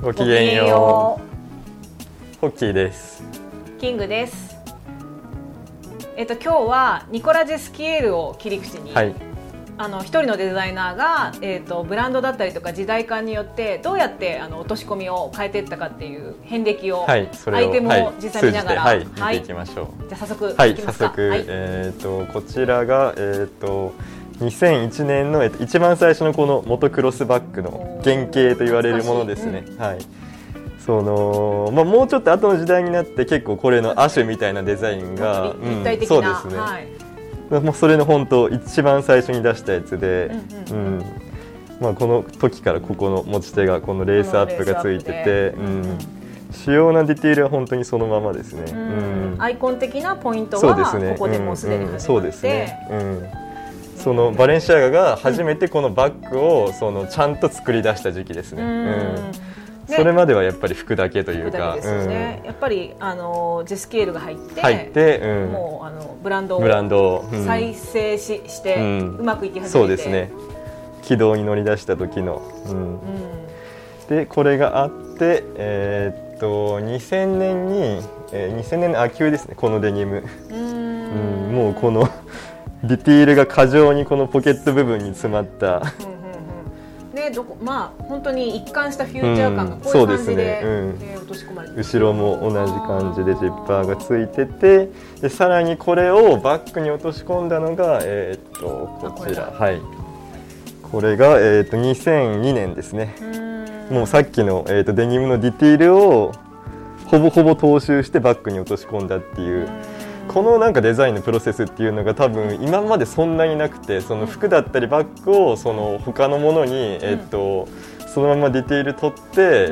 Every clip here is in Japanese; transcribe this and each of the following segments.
ごきげんよう。ホッキーです。 キングです。今日はニコラ・ジェスキエールを切り口に、 はい、 一人のデザイナーが、ブランドだったりとか時代感によってどうやって落とし込みを変えていったかっていう遍歴を、 はい、 アイテムを実際見ながら、 見ていきましょう。 じゃあ早速はい、 いきますか。 早速、こちらが、2001年の、一番最初のこのモトクロスバッグの原型と言われるものですね。はい、もうちょっと後の時代になって結構これの亜種みたいなデザインが立体的な、 そうですね、はい、もうそれの本当一番最初に出したやつで、この時からここの持ち手がこのレースアップがついてて、主要なディテールは本当にそのままですね。 アイコン的なポイントはここでもうすでに始まって、 そうですね。そのバレンシアガが初めてこのバッグをちゃんと作り出した時期ですね。それまではやっぱり服だけというか、 やっぱりジェスキエールが入って、もうブランドを再生して、うまくいき始めて、 そうですね、軌道に乗り出した時の、でこれがあって、2000年の秋冬ですね、このデニム、もうこのディティールが過剰にこのポケット部分に詰まったで本当に一貫したフューチャー感がこういう感じで落とし込まれている。 後ろも同じ感じでジッパーがついてて、でさらにこれをバッグに落とし込んだのが、こちら、はい、これが、2002年ですね。もうさっきの、デニムのディティールをほぼほぼ踏襲してバッグに落とし込んだっていう、このなんかデザインのプロセスっていうのが多分今までそんなになくて、その服だったりバッグをその他のものに、そのままディテール取って、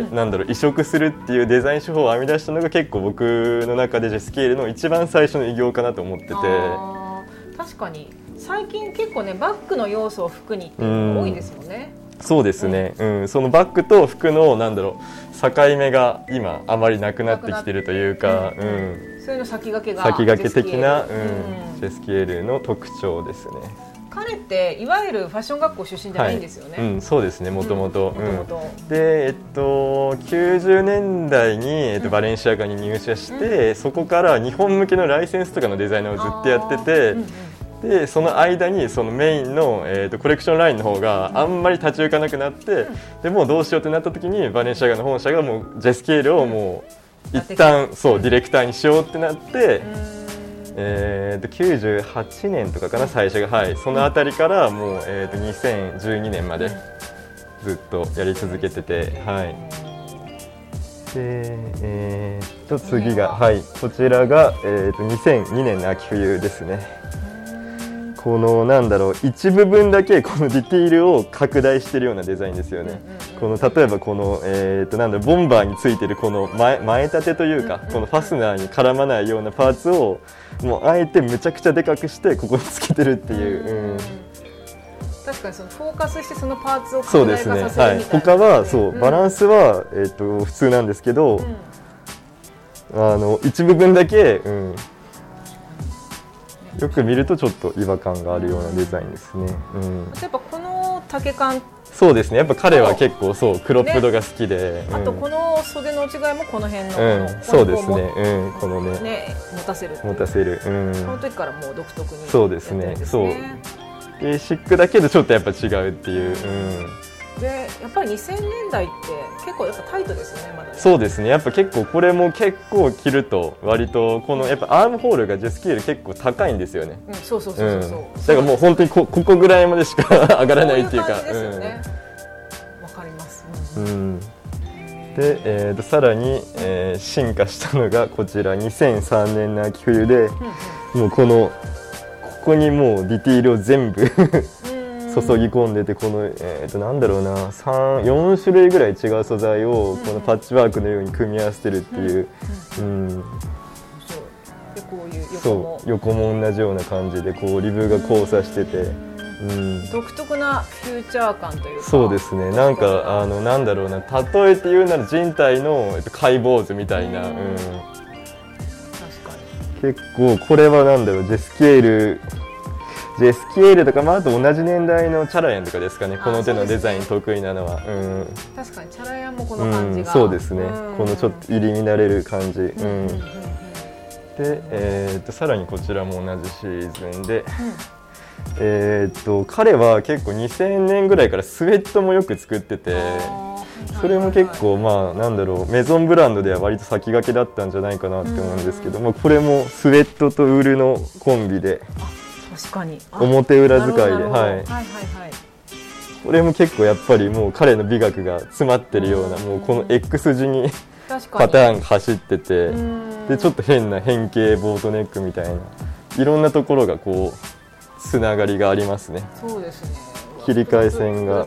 移植するっていうデザイン手法を編み出したのが結構僕の中でジェスキエールの一番最初の偉業かなと思ってて。 確かに最近結構ね、バッグの要素を服にっていうのが多いですもんね。 そうですね、そのバッグと服の境目が今あまりなくなってきてるというか、 それの先駆け的なジェスキエールの特徴ですね。 彼っていわゆるファッション学校出身じゃないんですよね。 そうですね、もともと。で、90年代に、バレンシアガに入社して、そこから日本向けのライセンスとかのデザイナーをずっとやってて、でその間にそのメインの、コレクションラインの方があんまり立ち行かなくなって、でもうどうしようってなった時にバレンシアガの本社がもうジェスキエールをもう一旦ディレクターにしようってなって、98年とかかな、最初が、そのあたりからもう、2012年までずっとやり続けてて、で次が、こちらが、2002年の秋冬ですね。この一部分だけこのディティールを拡大しているようなデザインですよね。この例えばこの、ボンバーについているこの前立てというか、このファスナーに絡まないようなパーツをもうあえてむちゃくちゃでかくしてここにつけてるっていう、 確かにそのフォーカスしてそのパーツを拡大化させるみたいな。 他はバランスは、普通なんですけど、一部分だけ、よく見るとちょっと違和感があるようなデザインですね。 やっぱこの丈感、 そうですね、やっぱ彼は結構クロップドが好きで、 あとこの袖の違いもこの辺の、 そうですね、このね持たせる、 この時からもう独特にやってるんですね。 そうですね、ベーシックだけどちょっとやっぱ違うっていう、 でやっぱり2000年代って結構やっぱタイトですよね、まだね。 そうですね、やっぱ結構これも結構着ると割とこのやっぱアームホールがジェスキエール結構高いんですよね。 そうだからもう本当にここぐらいまでしか上がらないっていうか。 わかります。 で、さらに、進化したのがこちら2003年の秋冬で、もうここにもうディティールを全部注ぎ込んでて、この、4種類ぐらい違う素材をこのパッチワークのように組み合わせてるっていう、横も同じような感じでこうリブが交差してて、 独特なフューチャー感というか。 そうですね、例えて言うなら人体の解剖図みたいな、 確かに結構これはジェスキエールとか、あと同じ年代のチャラヤンとかですかね、この手のデザイン得意なのは。 確かにチャラヤンもこの感じが、 そうですね、このちょっと入り乱れる感じ、で、さらにこちらも同じシーズンで、彼は結構2000年ぐらいからスウェットもよく作ってて、それも結構なんだろう、メゾンブランドでは割と先駆けだったんじゃないかなって思うんですけども、これもスウェットとウールのコンビで、 確かに表裏使いで、これも結構やっぱりもう彼の美学が詰まってるような、もうこの X 字にパターンが走ってて、でちょっと変な変形ボートネックみたいな、いろんなところがこうつながりがありますね。 そうですね、 切り替え線が、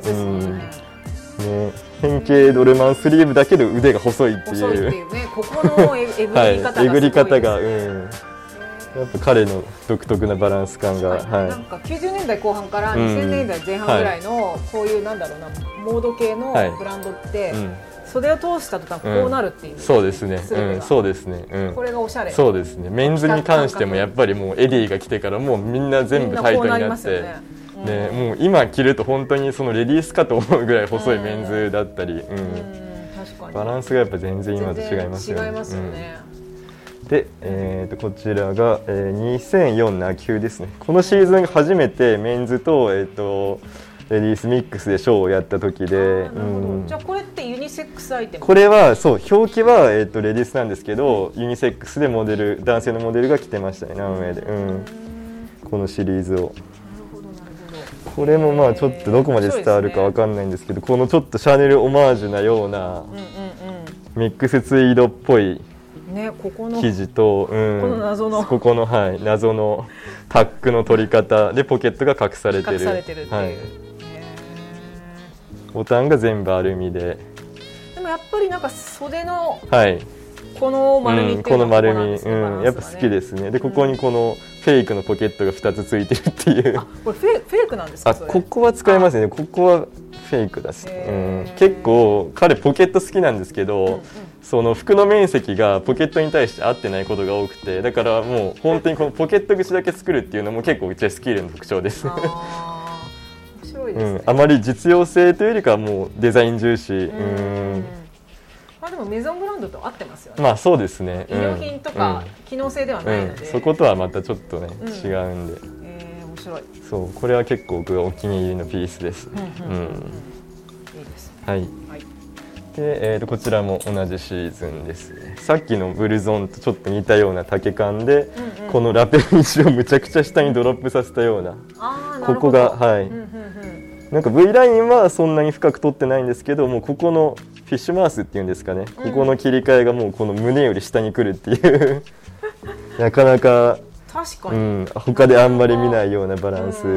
変形ドルマンスリーブだけど腕が細いっていう、 ここのえぐり方がやっぱ彼の独特なバランス感が、 なんか90年代後半から2000年代前半ぐらいのこういうなんだろうな、モード系のブランドって、袖を通した途端こうなるっていう、 そうですね、そうですね、 これがおしゃれ、 そうですね。メンズに関してもやっぱりもうエディが来てからもうみんな全部タイトになって、もう今着ると本当にそのレディースかと思うぐらい細いメンズだったり、バランスがやっぱ全然今と違いますよね。で、こちらが、2004の秋冬ですね。このシーズン初めてメンズと、レディースミックスでショーをやった時で、 じゃあこれってユニセックスアイテム？ これはそう、表記は、レディースなんですけど、ユニセックスで男性のモデルが着てましたね、ランウェイで、このシリーズを。これもちょっとどこまで伝わるかわかんないんですけど、このちょっとシャネルオマージュなようなミックスツイードっぽい生地と、ここの謎のタックの取り方でポケットが隠されてるっていう、ボタンが全部アルミで、 でもやっぱりなんか袖のこの丸みっていうのがやっぱ好きですね。でここにこのフェイクのポケットが2つついてるっていう。 これフェイクなんですか？ ここは使えますね。ここはフェイクだし、結構彼ポケット好きなんですけど、その服の面積がポケットに対して合ってないことが多くて、だからもう本当にこのポケット口だけ作るっていうのも結構うちはスキルの特徴です。 面白いですね。 あまり実用性というよりかはもうデザイン重視。 でもメゾンブランドと合ってますよね。 そうですね。 衣料品とか機能性ではないので、 そことはまたちょっとね、違うんで。 面白い。 そう、これは結構僕がお気に入りのピースです。いいですね。 はい。で、こちらも同じシーズンですね。さっきのブルゾンとちょっと似たような丈感で、このラペルにをむちゃくちゃ下にドロップさせたような。ここがなんか V ラインはそんなに深く取ってないんですけど、もうここのフィッシュマウスっていうんですかね、ここの切り替えがもうこの胸より下に来るっていうなかなか他であんまり見ないようなバランス。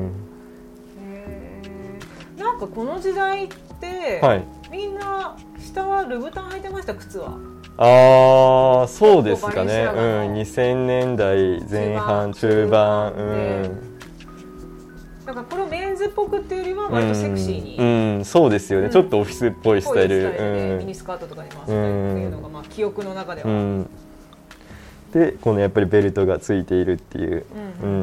なんかこの時代って、みんな下はルブタン履いてました？靴は。 そうですかね。2000年代前半中盤。 だからこれをメンズっぽくっていうよりは割とセクシーに、 そうですよね、ちょっとオフィスっぽいスタイルでミニスカートとかに回してっていうのが記憶の中では、 でこのやっぱりベルトがついているっていう、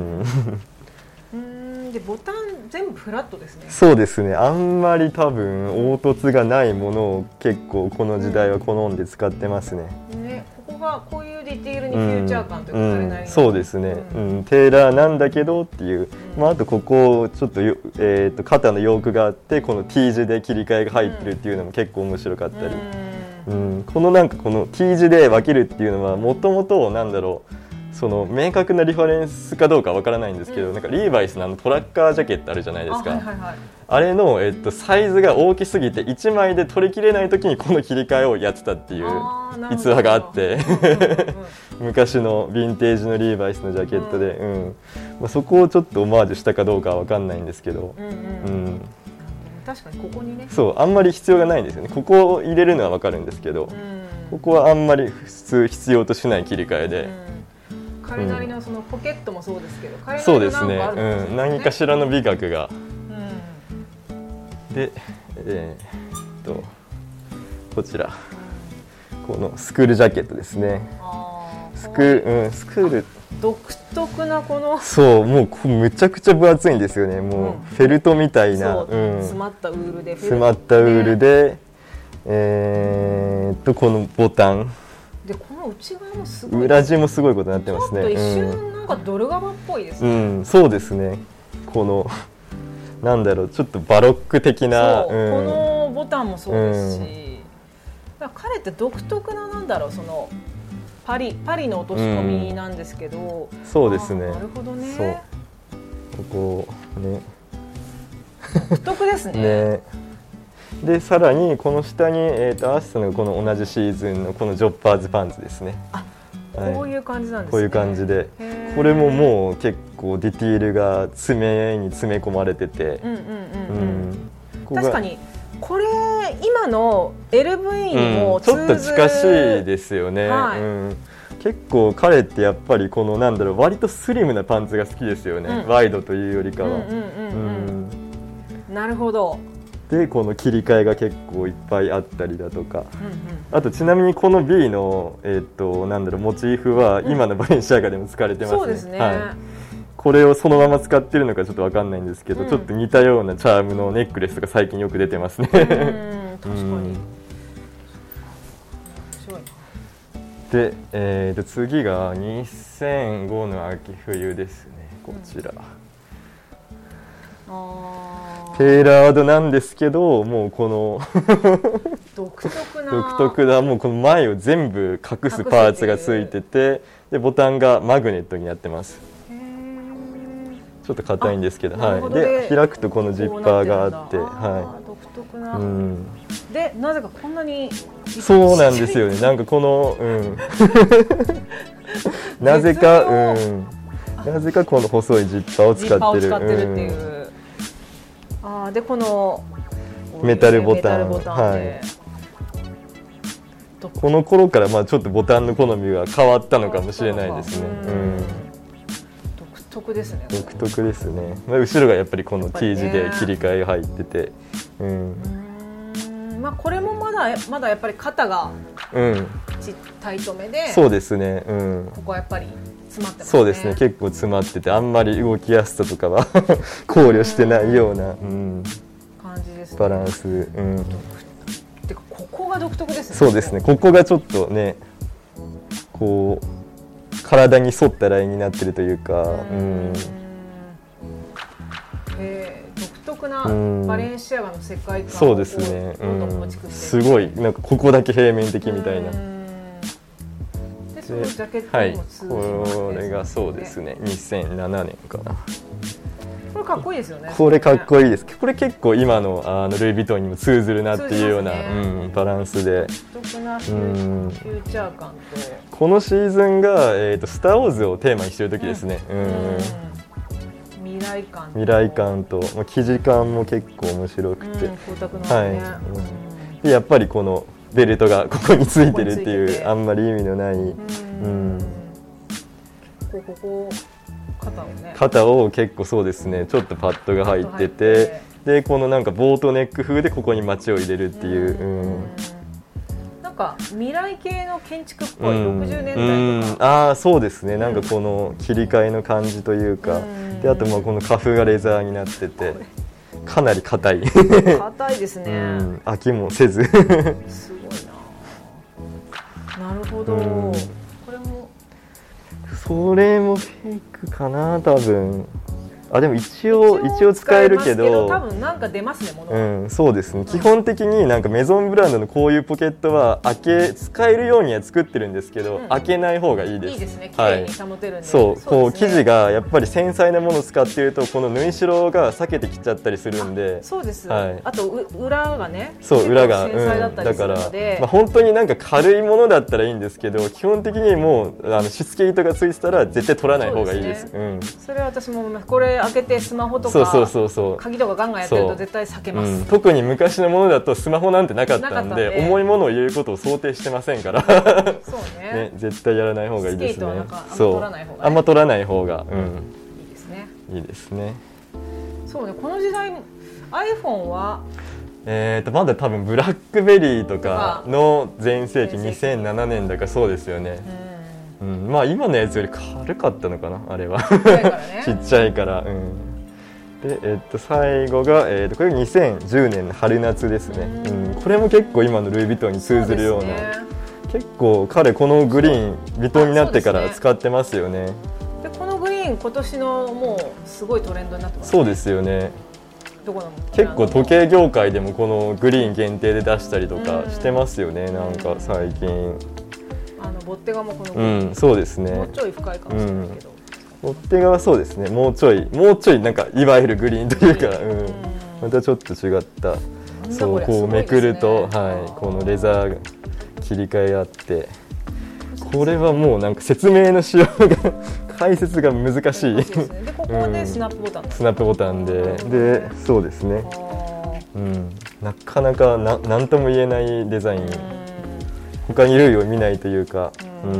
でボタン全部フラットですね。 そうですね、あんまり多分凹凸がないものを結構この時代は好んで使ってますね。 ここがこういうディテールにフューチャー感というか、彼なりのそうですね、テーラーなんだけどっていう、あとここちょっと、肩のヨークがあってこの T 字で切り替えが入ってるっていうのも結構面白かったり、このなんかこの T 字で分けるっていうのはもともとなんだろう、その明確なリファレンスかどうかわからないんですけど、なんかリーバイスのトラッカージャケットあるじゃないですか。あれの、サイズが大きすぎて1枚で取りきれない時にこの切り替えをやってたっていう逸話があって昔のヴィンテージのリーバイスのジャケットで、そこをちょっとオマージュしたかどうかは分かんないんですけど、 確かにここにね、 そうあんまり必要がないんですよね。ここを入れるのは分かるんですけど、ここはあんまり普通必要としない切り替えで、 彼なりのそのポケットもそうですけど、彼なりのなんかあるんですね。 何かしらの美学が。で、こちらこのスクールジャケットですね。スクール独特なこのもうむちゃくちゃ分厚いんですよね。もうフェルトみたいな、 詰まったウールで詰まったウールで、 このボタンでこの内側もすごい、 裏地もすごいことになってますね。 ちょっと一瞬なんかドルガバっぽいですね。 うん、そうですね。このなんだろう、ちょっとバロック的な、 そう、このボタンもそうですし、だから彼って独特な、なんだろう、そのパリの落とし込みなんですけど、 そうですね。 なるほどね。 そう、ここね、 独特ですね。 ね。でさらにこの下に、アーシさんがこの同じシーズンのこのジョッパーズパンツですね。 あ、こういう感じなんですね。 こういう感じで、これももう結構ディティールが爪に詰め込まれてて、 確かにこれ今の LV にもちょっと近しいですよね。結構彼ってやっぱりこのなんだろう、割とスリムなパンツが好きですよね。ワイドというよりかは。 なるほど。 でこの切り替えが結構いっぱいあったりだとか、あとちなみにこの B の、なんだろう、モチーフは今のバレンシアガでも使われてますね。 そうですね。 これをそのまま使ってるのかちょっと分かんないんですけど、ちょっと似たようなチャームのネックレスとか最近よく出てますね。確かに。で、次が2005の秋冬ですね。こちら。テーラードなんですけど、もうこの独特な、もうこの前を全部隠すパーツがついてて、でボタンがマグネットになってます。ちょっと硬いんですけど、で開くとこのジッパーがあって、 独特な。でなぜかこんなに、 そうなんですよね。なんかこの、なぜかこの細いジッパーを使ってるっていう。 でこのメタルボタン、この頃からまあちょっとボタンの好みが変わったのかもしれないですね。 独特ですね。 独特ですね。後ろがやっぱりこの T 字で切り替えが入ってて、 まあこれもまだやっぱり肩がタイトめで、 そうですね。 ここはやっぱり詰まってますね。 そうですね。結構詰まってて、あんまり動きやすさとかは考慮してないような感じですね。 バランス。 てかここが独特ですね。 そうですね。ここがちょっとね、こう体に沿ったラインになってるというか、独特なバレンシアガの世界観をそうですね。すごいなんかここだけ平面的みたいな。 そのジャケットにも通じますね。 これがそうですね。2007年かな。 これかっこいいですよね。 これかっこいいです。これ結構今のルイ・ヴィトンにも通ずるなっていうようなバランスで。 独特なフューチャー感と。 このシーズンがスター・ウォーズをテーマにしてる時ですね。未来感と生地感も結構面白くて、でやっぱりこのベルトがここについてるっていうあんまり意味のない、肩を結構そうですね、ちょっとパッドが入ってて、でこのなんかボートネック風でここにマチを入れるっていう、 なんか未来系の建築っぽい60年代とか、そうですね、なんかこの切り替えの感じというか、であとこのカフがレザーになっててかなり硬い硬いですね、 飽きもせずすごいな。なるほど、 それもフェイクかな多分。でも一応使えるけど多分なんか出ますね、もの。 そうですね。基本的になんかメゾンブランドのこういうポケットは使えるようには作ってるんですけど、開けない方がいいです。 いいですね。綺麗に保てるんで。 そうこう生地がやっぱり繊細なものを使っているとこの縫い代が裂けてきちゃったりするんで。 そうです。あと裏がね。 裏が繊細だったりするので。 だから本当になんか軽いものだったらいいんですけど、基本的にもうしつけ糸がついてたら絶対取らない方がいいです。 それは私もこれ開けてスマホとか鍵とかガンガンやってると絶対避けます。 特に昔のものだとスマホなんてなかったんで、重いものを入れることを想定してませんからそうね、 絶対やらない方がいいですね。 あんま取らない方が、 いいですね。 いいですね。 そうね、この時代 iPhone はまだ多分ブラックベリーとかの全盛期2007年だからそうですよね。まあ今のやつより軽かったのかな、あれはちっちゃいから、 で、最後が、これ2010年の春夏ですね、これも結構今のルイ・ヴィトンに通ずるような、結構彼このグリーンヴィトンになってから使ってますよね。 でこのグリーン今年のもうすごいトレンドになってますね。 そうですよね。 どこの結構時計業界でもこのグリーン限定で出したりとかしてますよね、なんか最近。 ボッテガもこのグリーン、 そうですね。 もうちょい深いかもしれないけど、 ボッテガはそうですね、もうちょいなんかいわゆるグリーンというか、またちょっと違った、そうこうめくると、このレザーが切り替えあって、これはもうなんか説明のしようが解説が難しい。でここでスナップボタン、 スナップボタンで、そうですね、なかなかなんとも言えないデザイン、他に類を見ないというか、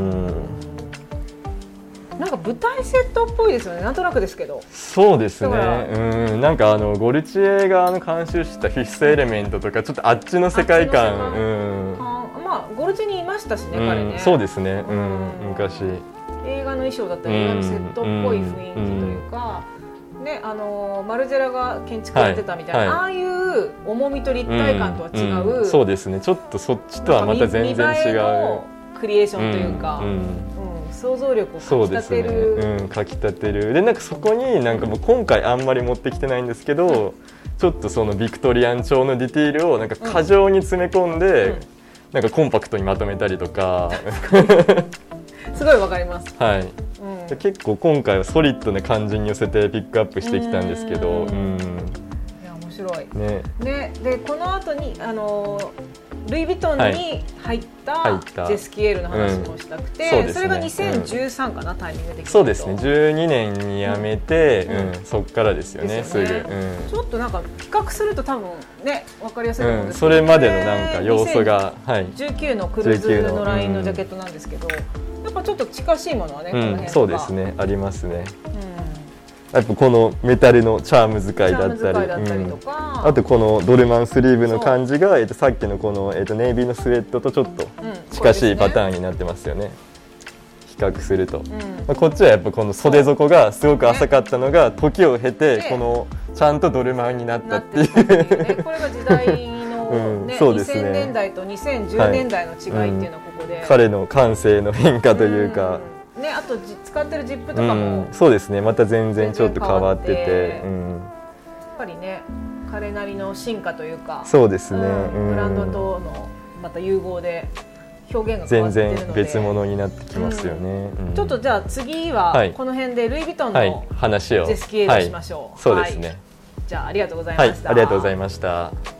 なんか舞台セットっぽいですよね、なんとなくですけど。 そうですね、なんかゴルチエが監修したフィフスエレメントとかちょっとあっちの世界観、 まあゴルチエにいましたしね、彼ね。 そうですね、昔映画の衣装だったり映画のセットっぽい雰囲気というか、ね、マルジェラが建築やってたみたいな、ああいう重みと立体感とは違う、 そうですね、ちょっとそっちとはまた全然違うクリエーションというか、想像力をかきたてる、 かきたてる。でなんかそこになんかもう今回あんまり持ってきてないんですけど、ちょっとそのビクトリアン調のディティールをなんか過剰に詰め込んで、なんかコンパクトにまとめたりとかすごいわかります。 はい、結構今回はソリッドな感じに寄せてピックアップしてきたんですけど、いや面白いね。でこの後にルイ・ヴィトンに入ったジェスキエールの話もしたくて、それが2013かな、タイミング的に。 そうですね、12年に辞めて、そっからですよね、すぐ。 ちょっとなんか比較すると多分ね分かりやすいと思うんですけど、それまでのなんか要素が、 19のクルーズのラインのジャケットなんですけど、やっぱちょっと近しいものはね、この辺とか。そうですね、 ありますね。やっぱこのメタルのチャーム使いだったりとか、あとこのドルマンスリーブの感じが、さっきのこの、ネイビーのスウェットとちょっと近しいパターンになってますよね、比較すると。こっちはやっぱこの袖底がすごく浅かったのが時を経てこのちゃんとドルマンになったっていう、 これが時代の2000年代と2010年代の違いっていうのはここで、 彼の感性の変化というか、 あと使ってるジップとかも、 そうですね、また全然ちょっと変わってて、やっぱりね彼なりの進化というか、 そうですね、 ブランドとのまた融合で表現が変わってるので全然別物になってきますよね。 ちょっとじゃあ次はこの辺でルイ・ヴィトンの話をジェスキエールしましょう。 そうですね。 じゃあありがとうございました。 ありがとうございました。